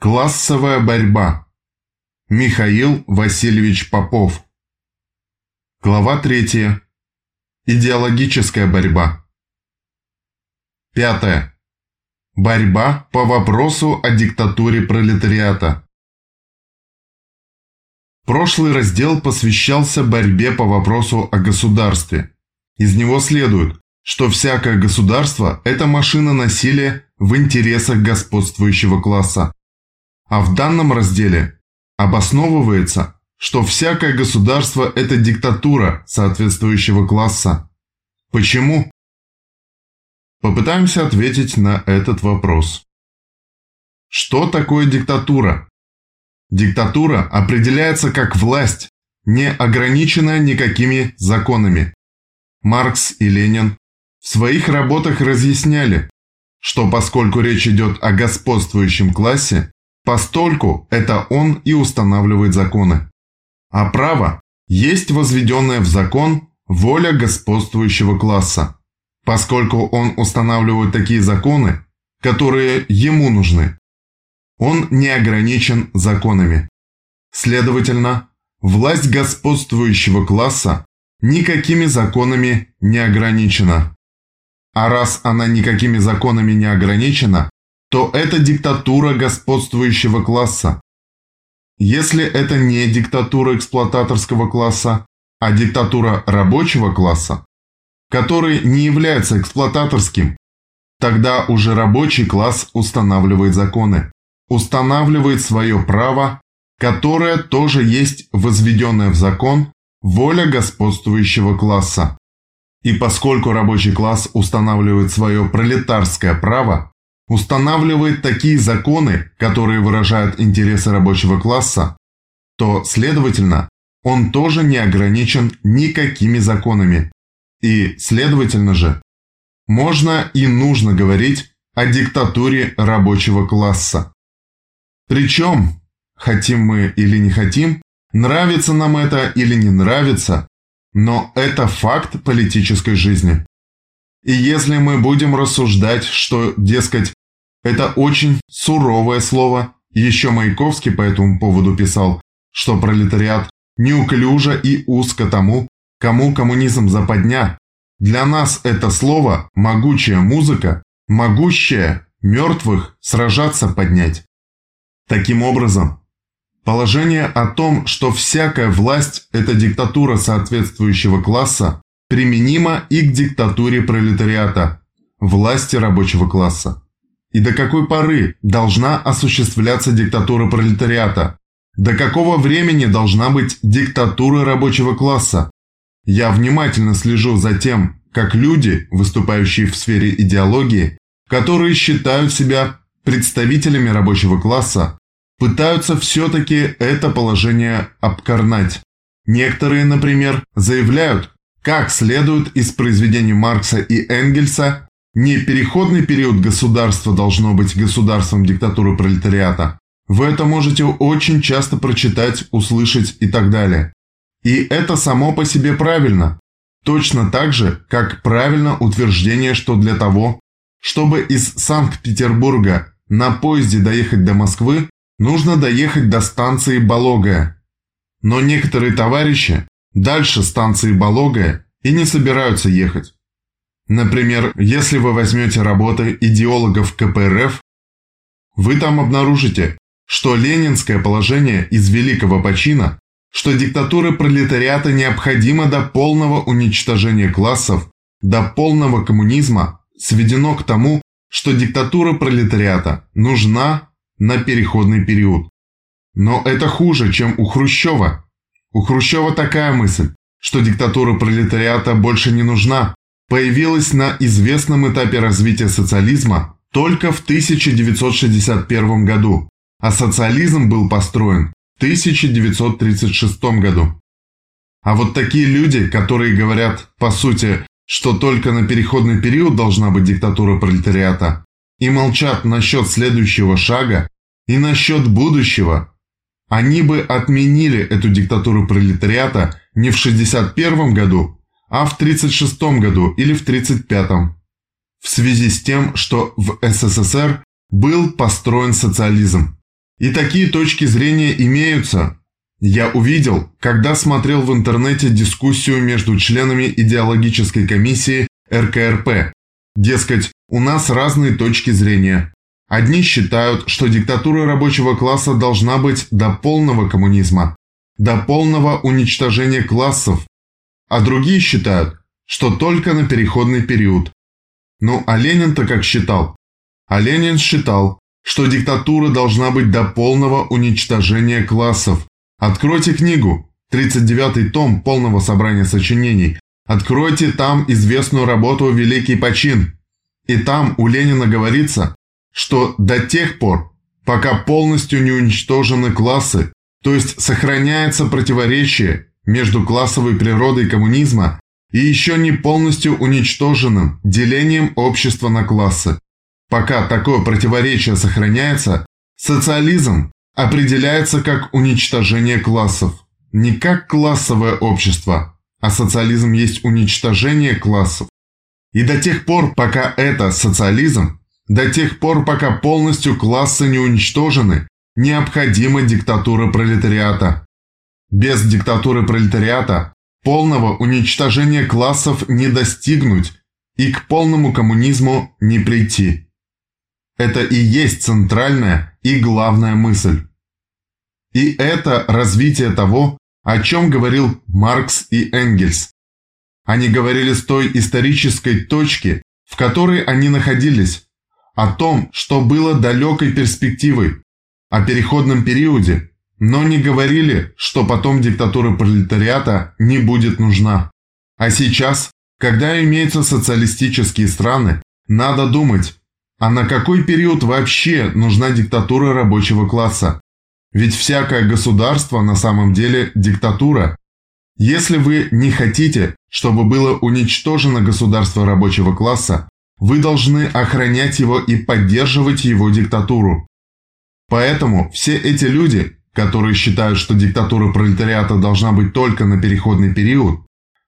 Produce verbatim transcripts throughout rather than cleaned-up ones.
Классовая борьба. Михаил Васильевич Попов. Глава третья. Идеологическая борьба. Пятое. Борьба по вопросу о диктатуре пролетариата. Прошлый раздел посвящался борьбе по вопросу о государстве. Из него следует, что всякое государство – это машина насилия в интересах господствующего класса. А в данном разделе обосновывается, что всякое государство – это диктатура соответствующего класса. Почему? Попытаемся ответить на этот вопрос. Что такое диктатура? Диктатура определяется как власть, не ограниченная никакими законами. Маркс и Ленин в своих работах разъясняли, что поскольку речь идет о господствующем классе, постольку это он и устанавливает законы. А право есть возведенная в закон воля господствующего класса, поскольку он устанавливает такие законы, которые ему нужны. Он не ограничен законами. Следовательно, власть господствующего класса никакими законами не ограничена. А раз она никакими законами не ограничена, то это диктатура господствующего класса. Если это не диктатура эксплуататорского класса, а диктатура рабочего класса, который не является эксплуататорским, тогда уже рабочий класс устанавливает законы, устанавливает свое право, которое тоже есть возведенная в закон воля господствующего класса. И поскольку рабочий класс устанавливает свое пролетарское право, устанавливает такие законы, которые выражают интересы рабочего класса, то, следовательно, он тоже не ограничен никакими законами. И, следовательно же, можно и нужно говорить о диктатуре рабочего класса. Причем, хотим мы или не хотим, нравится нам это или не нравится, но это факт политической жизни. И если мы будем рассуждать, что, дескать, это очень суровое слово, еще Маяковский по этому поводу писал, что пролетариат неуклюже и узко тому, кому коммунизм западня. Для нас это слово могучая музыка, могущая мертвых сражаться поднять. Таким образом, положение о том, что всякая власть – это диктатура соответствующего класса, применимо и к диктатуре пролетариата, власти рабочего класса. И до какой поры должна осуществляться диктатура пролетариата? До какого времени должна быть диктатура рабочего класса? Я внимательно слежу за тем, как люди, выступающие в сфере идеологии, которые считают себя представителями рабочего класса, пытаются все-таки это положение обкорнать. Некоторые, например, заявляют, как следует из произведений Маркса и Энгельса, не переходный период государства должно быть государством диктатуры пролетариата. Вы это можете очень часто прочитать, услышать и так далее. И это само по себе правильно. Точно так же, как правильно утверждение, что для того, чтобы из Санкт-Петербурга на поезде доехать до Москвы, нужно доехать до станции Бологая. Но некоторые товарищи дальше станции Бологая и не собираются ехать. Например, если вы возьмете работы идеологов ка пэ эр эф, вы там обнаружите, что ленинское положение из великого почина, что диктатура пролетариата необходима до полного уничтожения классов, до полного коммунизма, сведено к тому, что диктатура пролетариата нужна на переходный период. Но это хуже, чем у Хрущева. У Хрущева такая мысль, что диктатура пролетариата больше не нужна, появилась на известном этапе развития социализма только в тысяча девятьсот шестьдесят первом году, а социализм был построен в тысяча девятьсот тридцать шестом году. А вот такие люди, которые говорят, по сути, что только на переходный период должна быть диктатура пролетариата, и молчат насчет следующего шага и насчет будущего, они бы отменили эту диктатуру пролетариата не в шестьдесят первом году, а в тридцать шестом году или в тридцать пятом. В связи с тем, что в эс эс эс эр был построен социализм. И такие точки зрения имеются. Я увидел, когда смотрел в интернете дискуссию между членами идеологической комиссии эр ка эр пэ. Дескать, у нас разные точки зрения. Одни считают, что диктатура рабочего класса должна быть до полного коммунизма, до полного уничтожения классов, а другие считают, что только на переходный период. Ну а Ленин-то как считал? А Ленин считал, что диктатура должна быть до полного уничтожения классов. Откройте книгу, тридцать девятый том полного собрания сочинений. Откройте там известную работу «Великий почин». И там у Ленина говорится, что до тех пор, пока полностью не уничтожены классы, то есть сохраняется противоречие между классовой природой коммунизма и еще не полностью уничтоженным делением общества на классы. Пока такое противоречие сохраняется, социализм определяется как уничтожение классов. Не как классовое общество, а социализм есть уничтожение классов. И до тех пор, пока это социализм, до тех пор, пока полностью классы не уничтожены, необходима диктатура пролетариата. Без диктатуры пролетариата полного уничтожения классов не достигнуть и к полному коммунизму не прийти. Это и есть центральная и главная мысль. И это развитие того, о чем говорил Маркс и Энгельс. Они говорили с той исторической точки, в которой они находились, о том, что было далекой перспективой, о переходном периоде, но не говорили, что потом диктатура пролетариата не будет нужна. А сейчас, когда имеются социалистические страны, надо думать, а на какой период вообще нужна диктатура рабочего класса? Ведь всякое государство на самом деле диктатура. Если вы не хотите, чтобы было уничтожено государство рабочего класса, вы должны охранять его и поддерживать его диктатуру. Поэтому все эти люди, которые считают, что диктатура пролетариата должна быть только на переходный период,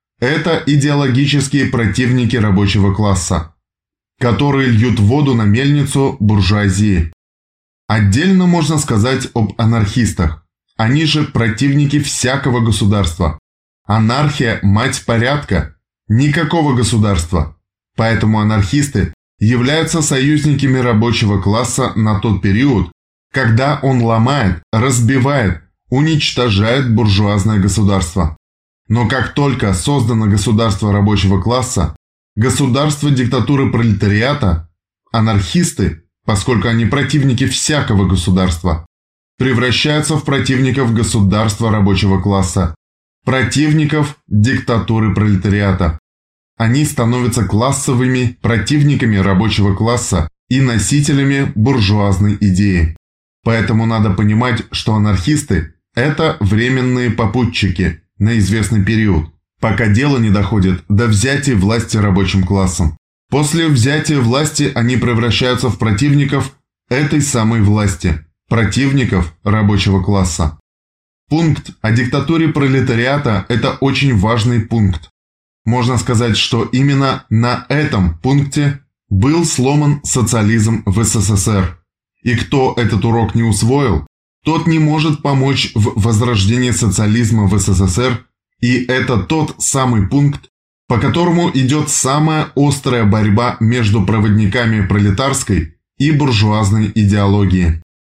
это идеологические противники рабочего класса, которые льют воду на мельницу буржуазии. Отдельно можно сказать об анархистах. Они же противники всякого государства. Анархия – мать порядка. Никакого государства. Поэтому анархисты являются союзниками рабочего класса на тот период, когда он ломает, разбивает, уничтожает буржуазное государство. Но как только создано государство рабочего класса, государство диктатуры пролетариата, анархисты, поскольку они противники всякого государства, превращаются в противников государства рабочего класса, противников диктатуры пролетариата. Они становятся классовыми противниками рабочего класса и носителями буржуазной идеи. Поэтому надо понимать, что анархисты – это временные попутчики на известный период, пока дело не доходит до взятия власти рабочим классом. После взятия власти они превращаются в противников этой самой власти, противников рабочего класса. Пункт о диктатуре пролетариата – это очень важный пункт. Можно сказать, что именно на этом пункте был сломан социализм в эс эс эс эр. И кто этот урок не усвоил, тот не может помочь в возрождении социализма в эс эс эс эр, и это тот самый пункт, по которому идет самая острая борьба между проводниками пролетарской и буржуазной идеологии.